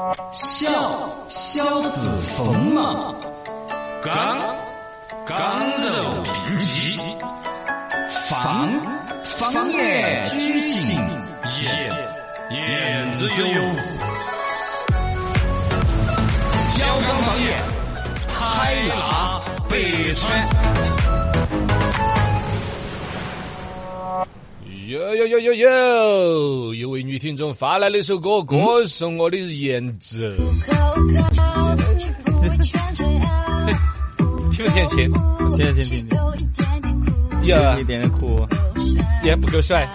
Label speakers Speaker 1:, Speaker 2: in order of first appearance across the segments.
Speaker 1: 萧子冯嘛，
Speaker 2: 刚柔并济，
Speaker 1: 方言居行，
Speaker 2: 言之有物。小刚方言，海纳百川。有位女听众发来了一首歌，歌颂我的颜值。听不听清？
Speaker 1: 听。
Speaker 2: 呀，
Speaker 1: 一点点哭，
Speaker 2: 也不够帅，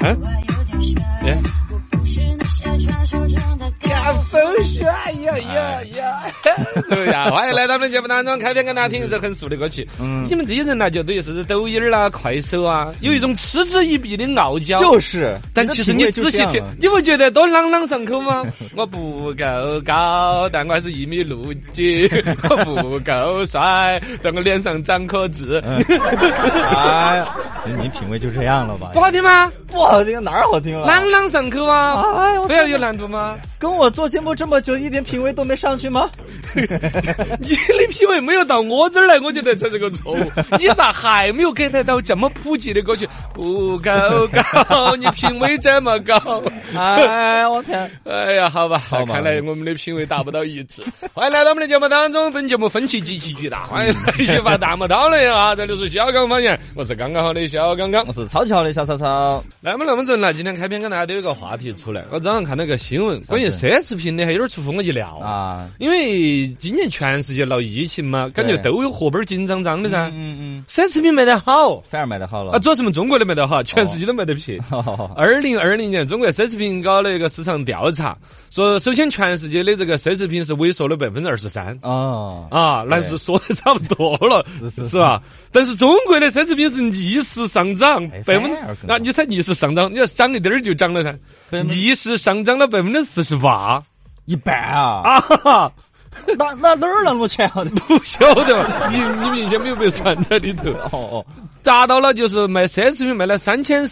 Speaker 2: 干风帅呀！对呀，欢迎来到我们节目当中，开篇跟大家听一首很俗的歌曲。你们这些人呢，就对是抖音啦、快手啊，有一种嗤之以鼻的傲娇。
Speaker 1: 就是，
Speaker 2: 但其实你仔细听，你不觉得多朗朗上口吗？我不够高，但我还是1.6米，我不够帅，但我脸上长颗痣。
Speaker 1: 哎，你品味就这样了吧？
Speaker 2: 不好听吗？
Speaker 1: 不好听，哪儿好听了？
Speaker 2: 朗朗上口啊！
Speaker 1: 哎呦，
Speaker 2: 非要有难度吗？
Speaker 1: 跟我做节目这么久，一点品味都没上去吗？
Speaker 2: 你的品味没有到我这儿来，我觉得这是个错误。你咋还没有 get 到这么普及的歌曲？不够高，你品味这么高。
Speaker 1: 哎，我天！
Speaker 2: 哎呀，好吧，看来我们的品味达不到一致。欢迎来到我们的节目当中，本节目分歧极其巨大，欢迎继续发弹幕讨论啊！这里是小刚方言，我是刚刚好的小刚刚，
Speaker 1: 我是超级好的小曹操。
Speaker 2: 那么准了，今天开篇跟大家都有个话题出来。我早上看到个新闻，关于奢侈品的，还有点出乎我意料啊。因为今年全世界闹疫情嘛，感觉都有荷包紧张张的噻。奢侈品卖得好，
Speaker 1: 反而卖得好了
Speaker 2: 啊！主要是我们中国的卖得好，全世界都卖得撇。2020年，中国奢侈品搞了一个市场调查，说首先全世界的这个奢侈品是萎缩了23%。那是说的差不多了，是吧？但是中国的奢侈品是逆势上涨那你猜逆势上涨，你要涨一点儿就涨了噻，逆势上涨了48%，
Speaker 1: 一半啊！那哪儿那么钱啊？
Speaker 2: 不晓得嘛？你明显没有被算在里头。达到了就是卖奢侈品卖了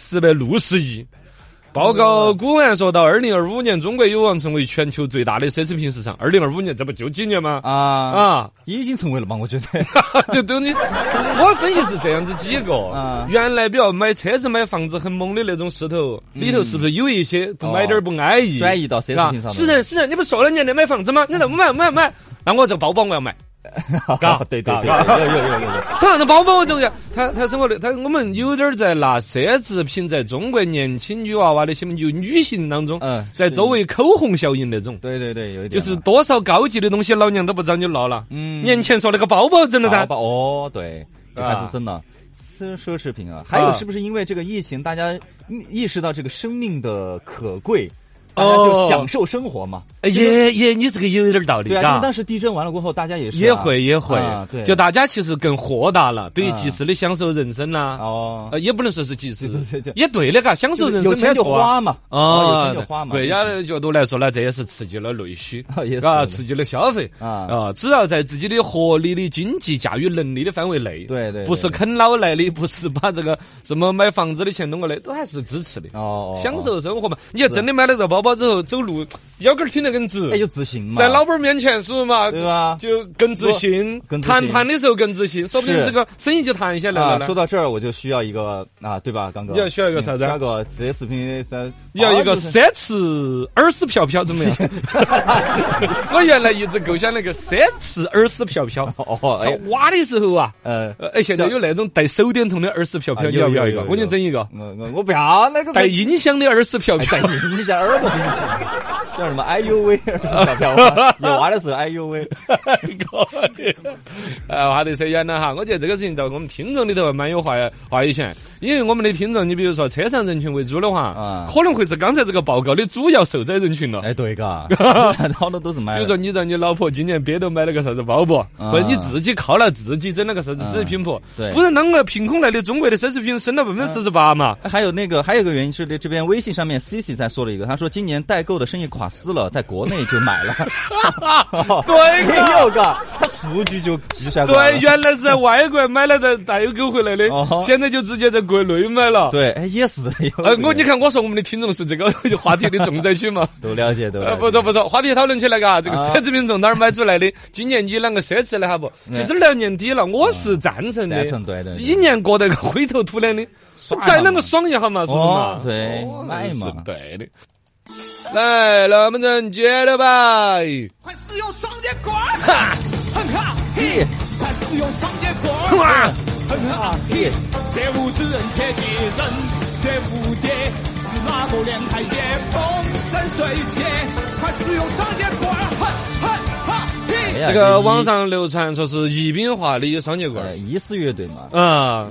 Speaker 2: 3460亿。报告顾问说到2025年，中国有望成为全球最大的奢侈品市场。2025年，这不就几年吗？
Speaker 1: 已经成为了吧？我觉得，
Speaker 2: 我分析是这样子几个。原来比如买车子、买房子很猛的那种势头，里头是不是有一些不买点不安逸，
Speaker 1: 转移到奢侈品上？
Speaker 2: 是，你不说了年年买房子吗？你怎么买？那我这个包包我要买。
Speaker 1: 对，有。
Speaker 2: 他那包包我总要他生活的我们有点在拿奢侈品在中国年轻女娃娃的心目就女性当中，在周围口红效应那种。对，有一点。就是多少高级的东西，老娘都不找你闹了。年前说那个包包整了噻。
Speaker 1: 对，这还是真的。奢侈品啊，还有是不是因为这个疫情，大家意识到这个生命的可贵？大家就享受生活嘛，
Speaker 2: 你这个有点道理。
Speaker 1: 对啊，就当时地震完了过后，大家也是
Speaker 2: 也会，
Speaker 1: 对，
Speaker 2: 就大家其实更豁达了，对于及时的享受人生啦。也不能说是及时，也对的，嘎，享受人生
Speaker 1: 有钱就花嘛，有钱就花嘛。
Speaker 2: 国家的角度来说呢，这也是刺激了内需，刺激了消费只要在自己的合理的经济驾驭能力的范围内，对，不是啃老来的，不是把这个什么买房子的钱弄过来，都还是支持的。享受生活嘛，你要真的买了这包包之后走路腰杆挺得更直，
Speaker 1: 有自信嘛，
Speaker 2: 在老板面前是不是嘛？对吧？就更自信，谈判的时候更自信，说不定这个生意就谈下来了。
Speaker 1: 说到这儿，我就需要一个对吧，刚哥？
Speaker 2: 你要需要一个啥子？
Speaker 1: 那个奢侈品
Speaker 2: 你要一个奢侈耳屎飘飘怎么样？我原来一直构想那个奢侈耳屎飘飘。挖的时候啊，现在有那种带手电筒的耳屎飘飘，你要不要一个？我给你整一个。
Speaker 1: 我不要那个
Speaker 2: 带音响的耳屎飘飘。
Speaker 1: 音响耳朵给你整。叫什么？哎呦喂！你挖的时候，哎呦喂！
Speaker 2: 话题扯远了哈。我觉得这个事情在我们听众里头蛮有话语权，因为我们的听众，你比如说车上人群为主的话，可能会是刚才这个报告的主要受灾人群了。
Speaker 1: 对嘎，好多都是买。
Speaker 2: 比如说你让你老婆今年别都买了个啥子包包，或者你自己靠了自己整了个啥子奢侈品铺，不然啷个凭空来的中国的奢侈品升了48%嘛？
Speaker 1: 还有一个原因是这边微信上面 CC 才说了一个，他说今年代购的生意垮死了，在国内就买了。
Speaker 2: 对，
Speaker 1: 有个他数据就计算
Speaker 2: 对，原来是在外国买了的代购回来的，现在就直接在国内买了。
Speaker 1: 对，也是。
Speaker 2: 你看，我说我们的听众是这个话题的重灾区嘛，
Speaker 1: 都了解。
Speaker 2: 不错，话题讨论起来嘎，这个奢侈品从哪儿买出来的？今年你啷个奢侈了哈不？其实2年底了，我是赞成的。
Speaker 1: 对，
Speaker 2: 一年过得个灰头土脸的，再啷个爽一下嘛，说嘛？
Speaker 1: 对，买嘛，
Speaker 2: 是对的。来，那么人接着吧。
Speaker 3: 快使用双节棍，哈，很哈嘿，快使用双节棍，
Speaker 2: 哇，
Speaker 3: 很哈嘿。这无知人且急人，这无敌是哪个两台阶？风生水起，快使用双节棍，很哈嘿。
Speaker 2: 这个网上流传说是宜宾话的双节棍，
Speaker 1: 伊斯乐队嘛。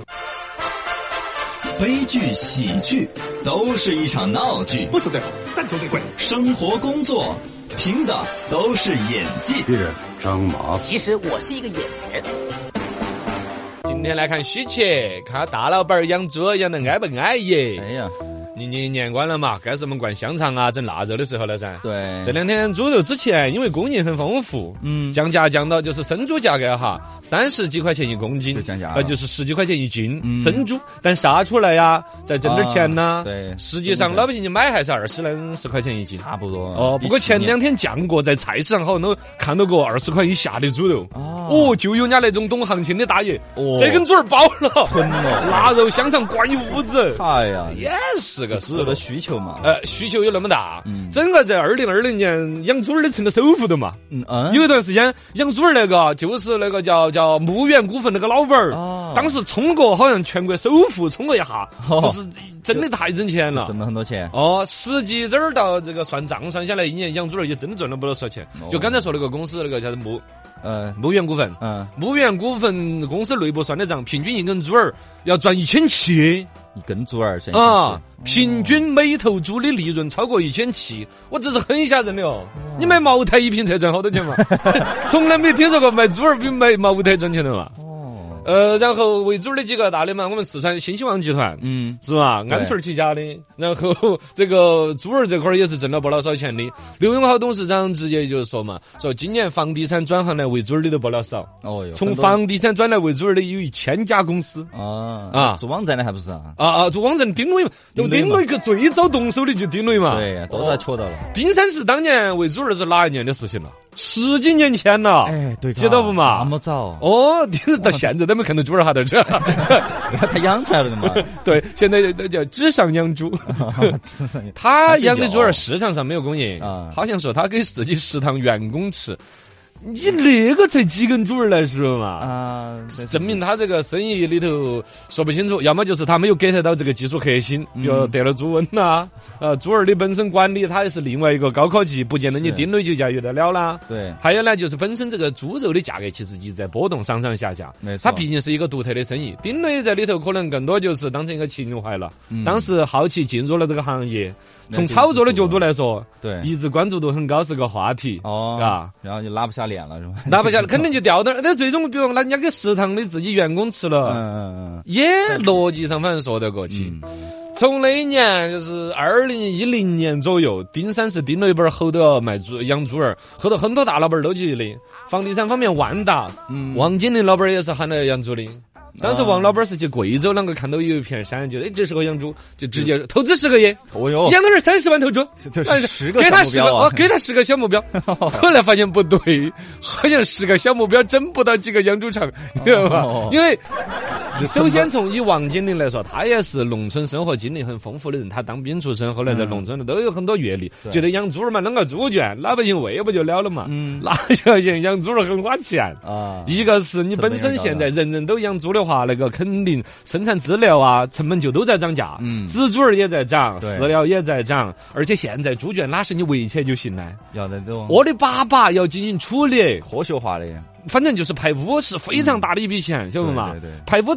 Speaker 4: 悲剧、喜剧都是一场闹剧，
Speaker 3: 不求最好，但求最贵。
Speaker 4: 生活、工作凭的都是演技。
Speaker 5: 别人张麻，
Speaker 6: 其实我是一个演员。
Speaker 2: 今天来看稀奇，看大老板养猪养得安不安逸？
Speaker 1: 哎呀，
Speaker 2: 你年关了嘛，该是我们灌香肠啊、整腊肉的时候了噻。
Speaker 1: 对，
Speaker 2: 这2天猪肉之前因为供应很丰富，降价降到就是生猪价格哈，30几块钱1公斤，
Speaker 1: 就降价，
Speaker 2: 就是10几块钱1斤生猪，但杀出来呀，再挣点钱呐。
Speaker 1: 对，
Speaker 2: 实际上老百姓你买还是20块钱1斤，
Speaker 1: 差不多。
Speaker 2: 不过前2天降过，在菜市场好多看到过20块以下的猪肉。就有人家那种懂行情的大爷，这根猪儿包了，
Speaker 1: 囤了，
Speaker 2: 腊肉香肠挂一屋子。
Speaker 1: 哎呀，
Speaker 2: 也是个
Speaker 1: 是的需求嘛。
Speaker 2: 需求有那么大，整个在2020年养猪儿的成了首富的嘛。有一段时间养猪儿那个就是那个叫牧原股份那个老板儿，当时冲过好像全国首富，冲过一下，就是真的太挣钱了，
Speaker 1: 挣了很多钱。
Speaker 2: 实际这儿到这个算账算下来，1年养猪儿也真的赚了不少钱。就刚才说那个公司那个叫什么牧原股份，牧原股份公司内部算的账，平均一根猪儿要赚1700，
Speaker 1: 一根猪儿
Speaker 2: 平均每头猪的利润超过1700，我这是很吓人的哦。你买茅台一瓶才赚好多钱嘛？从来没听说过卖猪儿比卖茅台赚钱的嘛。然后为主的几个大的嘛，我们四川新希望集团，是吧？安顺起家的，然后这个猪儿这块儿也是挣了不老少钱的。刘永好董事长直接就说嘛，说今年房地产转行来为主儿的都不老少。从房地产转来为主儿的有1000家公司。
Speaker 1: 做网站的还不是
Speaker 2: 做网站丁磊嘛，丁磊个最早动手的就丁磊嘛。
Speaker 1: 对，都在戳到了。
Speaker 2: 丁三是当年为主儿是哪一年的事情了？10几年前了。
Speaker 1: 哎，对，
Speaker 2: 记得不嘛？
Speaker 1: 那么早。
Speaker 2: 到现在都没看到猪儿哈在这。
Speaker 1: 他养出来了的嘛。
Speaker 2: 对，现在叫纸上养猪。他养的猪儿市场上没有供应，好像说他给自己食堂员工吃。你那个才几根猪儿来说嘛，证明他这个生意里头说不清楚，要么就是他没有 get 到这个技术核心，比如得了猪瘟啦，猪儿的本身管理它也是另外一个高科技，不见得你丁磊就驾驭得了啦。
Speaker 1: 对，
Speaker 2: 还有呢，就是本身这个猪肉的价格其实一直在波动，上上下下。它毕竟是一个独特的生意，丁磊在里头可能更多就是当成一个情怀了。当时好奇进入了这个行业，从炒作的角度来说，
Speaker 1: 对，
Speaker 2: 一直关注度很高，是个话题。
Speaker 1: 然后就拉不下脸了，是吧？
Speaker 2: 拉不下来，肯定就掉那儿。但最终，比如人家给食堂的自己员工吃了，也逻辑上反正说得过去。从那一年就是2010年左右，丁三是丁磊本后头要卖猪养猪儿，后头很多大老板都去的。房地产方面，万达、王健林老板也是喊来养猪的。当时王老板是去贵州啷个看到有一片山，觉得这适合养猪，就直接投资10个亿，养到这30万头猪，
Speaker 1: 给他10
Speaker 2: 个小目标。后来发现不对，好像10个小目标整不到几个养猪场，对吧？因为首先从以王健林来说，他也是农村生活经历很丰富的人，他当兵出身，后来在农村的都有很多阅历，觉得养猪儿嘛，弄个猪圈，老百姓喂不就了了嘛？哪晓得养猪儿很花钱啊！一个是你本身现在人人都养猪的话，那个肯定生产资料啊成本就都在涨价，仔猪儿也在涨，饲料也在涨，而且现在猪圈哪是你喂起来就行呢？
Speaker 1: 要那种
Speaker 2: 我的粑粑要进行处理，
Speaker 1: 科学化的。
Speaker 2: 反正就是排污是非常大的一笔钱，晓得嘛？
Speaker 1: 对，
Speaker 2: 排污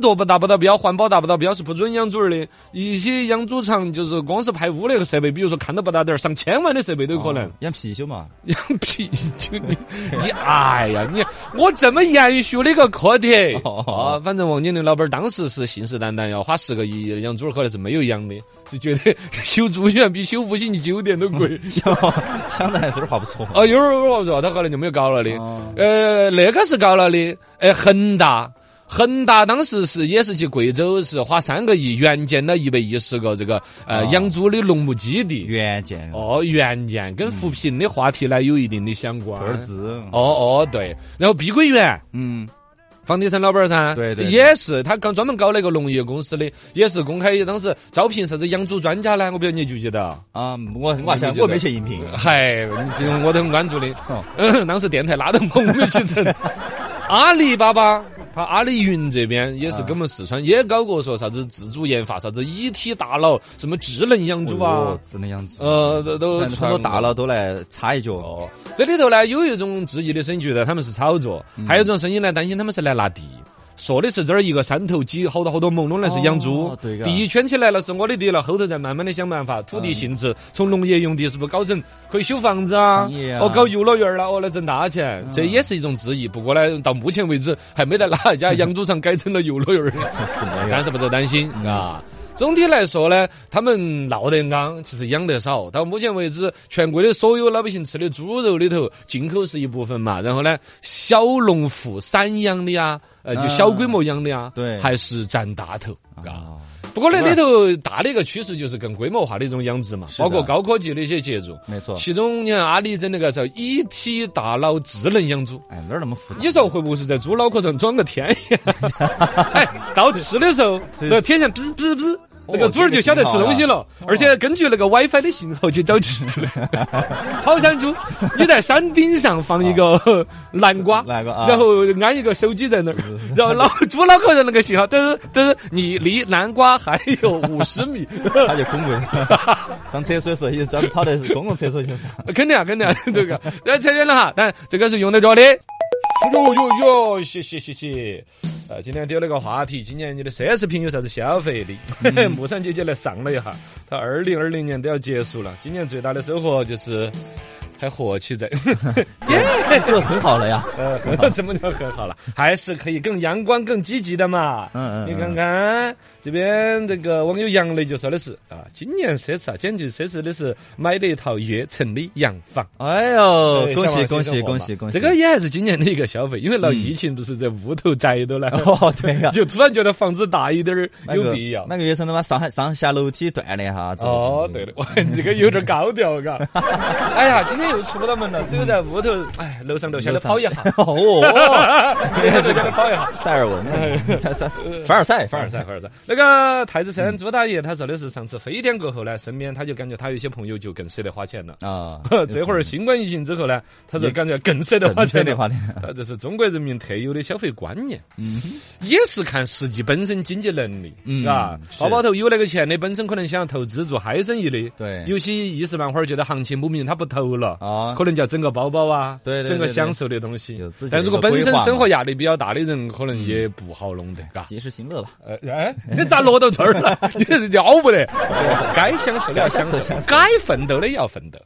Speaker 2: 作达不到标，环保达不到标是不准养猪儿的。一些养猪场就是光是排污那个设备，比如说看到不大点儿，上千万的设备都有可能。
Speaker 1: 养貔貅嘛，
Speaker 2: 养貔貅你哎呀我这么严肃的一个课题啊，反正王健林老板当时是信誓旦旦要花10个亿养猪儿，后来是没有养的，就觉得修猪园比修5星级酒店都贵。
Speaker 1: 想的还是话不错。
Speaker 2: 有点话不错，他后来就没有搞了的。那个是搞了的。恒大当时也是去贵州是花3个亿援建了110个这个养猪的农牧基地。
Speaker 1: 援建
Speaker 2: 跟扶贫的话题呢有一定的相关。对。然后碧桂园，房地产老板噻，
Speaker 1: 对，
Speaker 2: 也是他专门搞了一个农业公司的，也是公开当时招聘啥子养猪专家呢？我不知道你记不记得
Speaker 1: 啊？我没去应聘。
Speaker 2: 嗨，这种我都很关注的。当时电台拉到我们去成。阿里巴巴，他阿里云这边也是跟我们四川也搞过说啥子自主研发，啥子1T 大脑，什么智能养猪啊，
Speaker 1: 智能养猪，
Speaker 2: 都
Speaker 1: 很多大佬都来插一脚。
Speaker 2: 这里头呢，有一种质疑的声音觉得他们是炒作，还有一种声音呢担心他们是来拿地。说的是这儿一个山头挤好多朦胧的是养猪，地圈起来了是我的地了，后头再慢慢的想办法，土地性质从农业用地是不是搞成可以修房子啊？搞游乐园了，来挣大钱，这也是一种质疑。不过呢，到目前为止还没得哪一家养猪场改成了游乐园，暂时不得担心啊。总体来说呢，他们闹得刚，其实养得少。到目前为止，全国的所有老百姓吃的猪肉里头，进口是一部分嘛，然后呢，小农户散养的呀，就小规模养的呀，
Speaker 1: 对，
Speaker 2: 还是占大头啊。不过呢，里头大的一个趋势就是更规模化的一种养殖嘛，包括高科技的一些介入。
Speaker 1: 没错。
Speaker 2: 其中你看阿里整那个叫1T 大脑智能养猪，
Speaker 1: 哪儿那么复杂？
Speaker 2: 你说会不会是在猪脑壳上装个天眼？到吃的时候，那个天线哔哔哔。那个猪儿就晓得吃东西了，而且根据那个 WiFi 的信号去找吃。跑山猪，你在山顶上放一个南瓜，然后安一个手机在那儿，然后猪脑壳上那个信号，都你离南瓜还有50米，
Speaker 1: 他就恐怖。上厕所的时候也专门跑到公共厕所去上。
Speaker 3: 肯定啊，这个扯远了哈，但这个是用得着的。哟，谢。今天丢了个话题，今年你的奢侈品有啥子消费的？木山姐姐来上了一下，她2020年都要结束了，今年最大的收获就是还活起在，
Speaker 1: 就很好了呀。
Speaker 3: 什么叫很好了？还是可以更阳光、更积极的嘛。你看看这边这个网友杨磊就说的是啊，今年奢侈啊，简直奢侈的是买了一套跃层的洋房。
Speaker 1: 哎呦，恭喜！
Speaker 3: 这个也还是今年的一个消费，因为闹疫情不是在屋头宅着了。
Speaker 1: 对呀，
Speaker 3: 就突然觉得房子大一点有必要。
Speaker 1: 那个月生他妈上下楼梯锻炼哈。
Speaker 3: 对的，这个有点高调，嘎。哎呀，今天又出不到门了，只有在屋头，楼上楼下的跑一下。楼下的跑一下。
Speaker 1: 塞尔文，凡尔赛。
Speaker 3: 那个太子参朱大爷他说的是，上次非典过后呢，身边他就感觉他有些朋友就更舍得花钱了啊。这会儿新冠疫情之后呢，他就感觉更舍得花钱。这是中国人民特有的消费观念，也是看实际本身经济能力，啊，包头有那个钱的本身可能想投资做嗨生意的，
Speaker 1: 对，
Speaker 3: 有些一时半会儿觉得行情不明他不投了啊，可能就要整个包包啊，
Speaker 1: 对，
Speaker 3: 整个享受的东西。但如果本身生活压力比较大的人，可能也不好弄的，嘎，
Speaker 1: 及时行乐吧。
Speaker 3: 你咋落到这儿了？你这叫不得，该享受的要享受，该奋斗的要奋斗。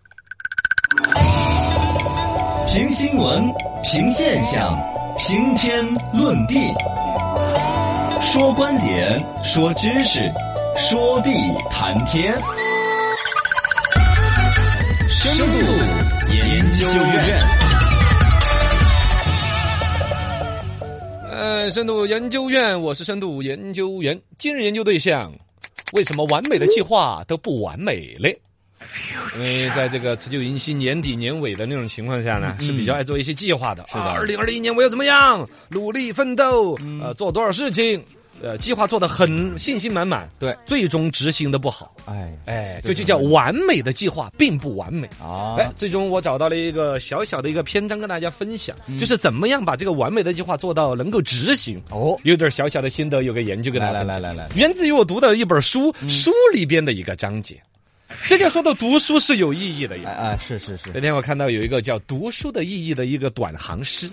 Speaker 4: 评新闻，评现象，评天论地，说观点，说知识，说地谈天。深度研究院。
Speaker 2: 深度研究院，我是深度研究员。今日研究对象：为什么完美的计划都不完美嘞？因为在这个辞旧迎新、年底年尾的那种情况下呢，是比较爱做一些计划的。是的，2021年我要怎么样努力奋斗？做多少事情？计划做得很信心满满，
Speaker 1: 对，
Speaker 2: 最终执行的不好，这就叫完美的计划并不完美啊！最终我找到了一个小小的一个篇章跟大家分享，就是怎么样把这个完美的计划做到能够执行。有点小小的心得，有个研究跟大家分享。来，源自于我读的一本书里边的一个章节。这就说到读书是有意义的呀！
Speaker 1: 是。
Speaker 2: 那天我看到有一个叫《读书的意义》的一个短行诗，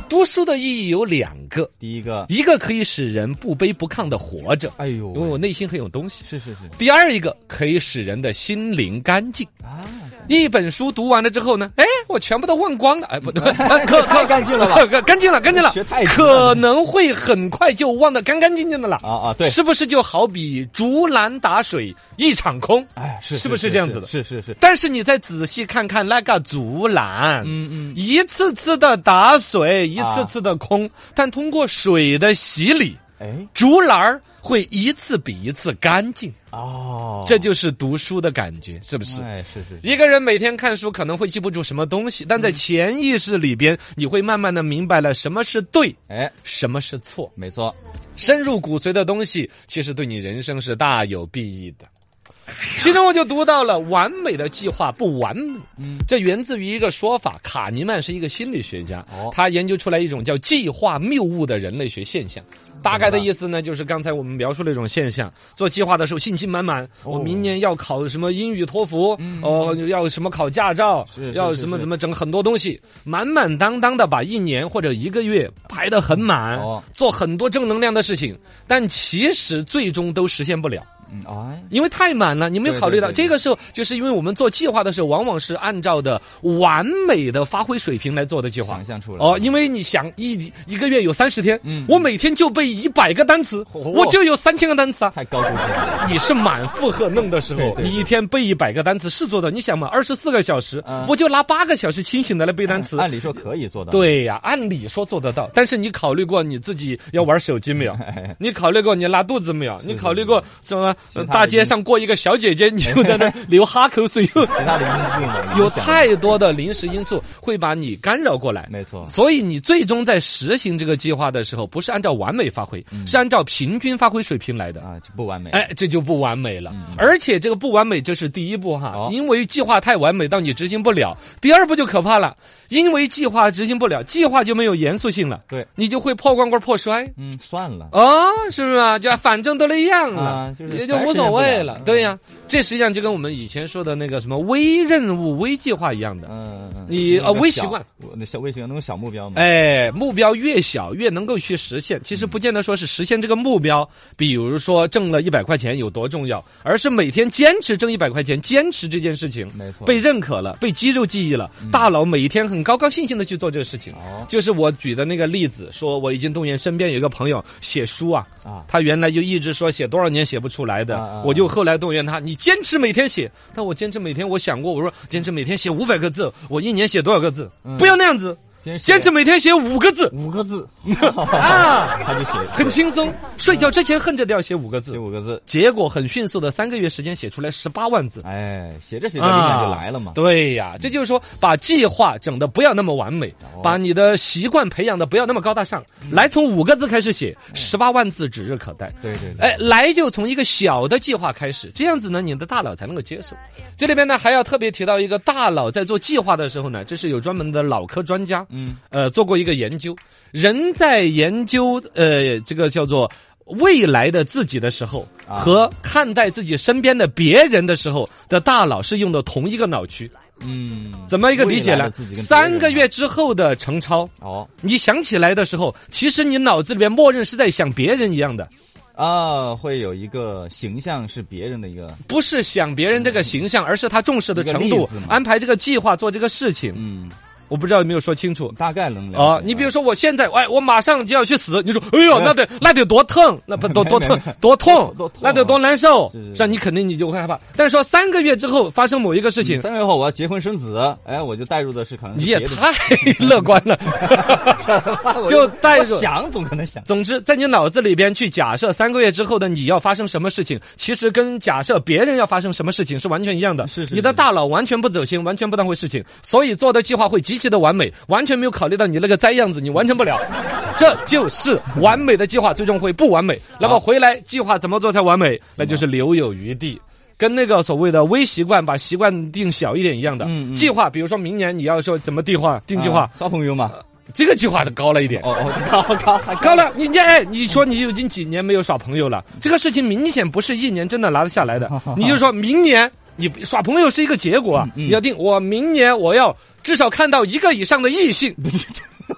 Speaker 2: 读书的意义有2个，
Speaker 1: 第
Speaker 2: 一个可以使人不卑不亢的活着，
Speaker 1: 哎呦，
Speaker 2: 因为我内心很有东西。
Speaker 1: 是。
Speaker 2: 第二一个可以使人的心灵干净啊。一本书读完了之后呢，我全部都忘光了，不对，
Speaker 1: 太干净了吧？
Speaker 2: 干净了，可能会很快就忘得干干净净的了
Speaker 1: 啊！对，
Speaker 2: 是不是就好比竹篮打水一场空？
Speaker 1: 哎，
Speaker 2: 是不是这样子的？
Speaker 1: 是。
Speaker 2: 但是你再仔细看看那个竹篮，一次次的打水，一次次的空，但通过水的洗礼，竹篮会一次比一次干净。这就是读书的感觉，是不是？
Speaker 1: 是。
Speaker 2: 一个人每天看书可能会记不住什么东西，但在潜意识里边，你会慢慢的明白了什么是对，什么是错。
Speaker 1: 没错，
Speaker 2: 深入骨髓的东西，其实对你人生是大有裨益的。其中我就读到了完美的计划不完美，这源自于一个说法，卡尼曼是一个心理学家，他研究出来一种叫计划谬误的人类学现象。大概的意思呢，就是刚才我们描述的一种现象，做计划的时候信心满满，我明年要考什么英语托福，要什么考驾照，要什么怎么整很多东西，满满当当的把1年或者1个月排得很满，做很多正能量的事情，但其实最终都实现不了。因为太满了，你没有考虑到这个时候，就是因为我们做计划的时候，往往是按照的完美的发挥水平来做的计划，
Speaker 1: 想象出来。
Speaker 2: 因为你想一个月有30天，我每天就背100个单词，我就有3000个单词啊，
Speaker 1: 太高估了。
Speaker 2: 你是满负荷弄的时候，你一天背100个单词是做的。你想嘛，24个小时，我就拿8个小时清醒的来背单词，
Speaker 1: 按理说可以做到。
Speaker 2: 对呀，按理说做得到，但是你考虑过你自己要玩手机没有？你考虑过你拉肚子没有？你考虑过什么？大街上过一个小姐姐，你就在那流哈口水，
Speaker 1: 其他的因素
Speaker 2: 有太多的临时因素会把你干扰过来。
Speaker 1: 没错，
Speaker 2: 所以你最终在实行这个计划的时候，不是按照完美发挥，是按照平均发挥水平来的
Speaker 1: 啊，就不完美。
Speaker 2: 这就不完美了。而且这个不完美，这是第一步哈，因为计划太完美到你执行不了。第二步就可怕了，因为计划执行不了，计划就没有严肃性了。
Speaker 1: 对，
Speaker 2: 你就会破罐罐破摔。
Speaker 1: 算了
Speaker 2: 是不是啊？就反正都那样了，也就无所谓了。对呀，这实际上就跟我们以前说的那个什么微任务、微计划一样的。你微习惯，
Speaker 1: 那小微习惯那种小目标嘛。
Speaker 2: 目标越小越能够去实现。其实不见得说是实现这个目标，比如说挣了100块钱有多重要，而是每天坚持挣100块钱，坚持这件事情，
Speaker 1: 没错，
Speaker 2: 被认可了，被肌肉记忆了，大脑每一天很高高兴兴的去做这个事情。就是我举的那个例子，说我已经动员身边有一个朋友写书他原来就一直说写多少年写不出来的，我就后来动员他，你坚持每天写。但我坚持每天，我想过，我说坚持每天写500个字，我1年写多少个字？不要那样子。坚持每天写5个字
Speaker 1: ，5个字
Speaker 2: 他
Speaker 1: 就写
Speaker 2: 很轻松。睡觉之前恨着都要写5个字，
Speaker 1: 写5个字，
Speaker 2: 结果很迅速的3个月时间写出来18万字。
Speaker 1: 写着写着灵感就来了嘛。
Speaker 2: 对呀，这就是说把计划整得不要那么完美，把你的习惯培养的不要那么高大上，来从5个字开始写，18万字指日可待。
Speaker 1: 对，
Speaker 2: 来就从一个小的计划开始，这样子呢，你的大脑才能够接受。这里边呢还要特别提到一个大脑在做计划的时候呢，这是有专门的脑科专家做过一个研究，人在研究这个叫做未来的自己的时候，和看待自己身边的别人的时候的大脑是用的同一个脑区。怎么一个理解呢？3个月之后的程超，你想起来的时候，其实你脑子里面默认是在想别人一样的。
Speaker 1: 会有一个形象是别人的一个，
Speaker 2: 不是想别人这个形象，而是他重视的程度，安排这个计划做这个事情。我不知道有没有说清楚，
Speaker 1: 大概能了解。
Speaker 2: 你比如说我现在，我马上就要去死，你说，哎呦，那得多疼，那不多痛，那得多难受，是吧？你肯定你就会害怕。但是说3个月之后发生某一个事情，3
Speaker 1: 个月后我要结婚生子，我就带入的是可能
Speaker 2: 你也太乐观了，就带入
Speaker 1: 想总可能想。
Speaker 2: 总之，在你脑子里边去假设3个月之后的你要发生什么事情，其实跟假设别人要发生什么事情是完全一样的。
Speaker 1: 是
Speaker 2: 你的大脑完全不走心，完全不当回事情，所以做的计划会极其的完美，完全没有考虑到你那个灾样子，你完成不了。这就是完美的计划最终会不完美。那么回来计划怎么做才完美？那就是留有余地。跟那个所谓的微习惯把习惯定小一点一样的。计划比如说明年你要说怎么定计划，
Speaker 1: 耍朋友嘛，
Speaker 2: 这个计划高了一点。高了。你说你已经几年没有耍朋友了，这个事情明显不是1年真的拿得下来的。你就说明年你耍朋友是一个结果，你要定我明年我要至少看到1个以上的异性。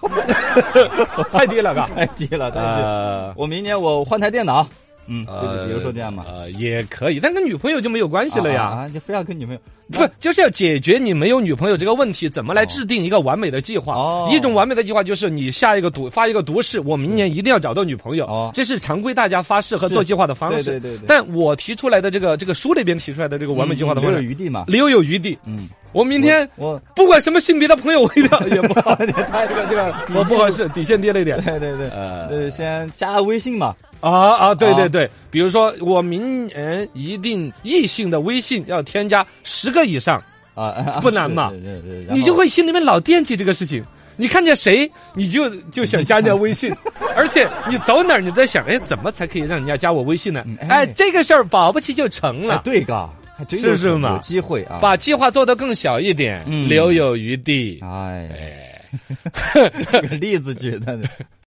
Speaker 2: 太低了，嘎，
Speaker 1: 太低了。我明年我换台电脑。比如说这样嘛，
Speaker 2: 也可以，但跟女朋友就没有关系了呀。
Speaker 1: 就非要跟女朋友，
Speaker 2: 不就是要解决你没有女朋友这个问题？怎么来制定一个完美的计划？一种完美的计划就是你发一个毒誓，我明年一定要找到女朋友。这是常规大家发誓和做计划的方式。
Speaker 1: 对。
Speaker 2: 但我提出来的这个书里边提出来的这个完美计划的方式，
Speaker 1: 留有余地嘛，
Speaker 2: 留有余地。我明天我不管什么性别的朋友，我一定要也不好，他这个我不合适，底线低了一点。
Speaker 1: 对，先加微信嘛。
Speaker 2: 对，比如说我明年一定异性的微信要添加10个以上不难嘛？你就会心里面老惦记这个事情。你看见谁，你就想加人家微信，而且你走哪儿，你在想，怎么才可以让人家加我微信呢？这个事儿保不齐就成了。
Speaker 1: 对嘎，还真
Speaker 2: 是嘛？
Speaker 1: 有机会啊！
Speaker 2: 把计划做得更小一点，留有余地。
Speaker 1: 这个例子举的。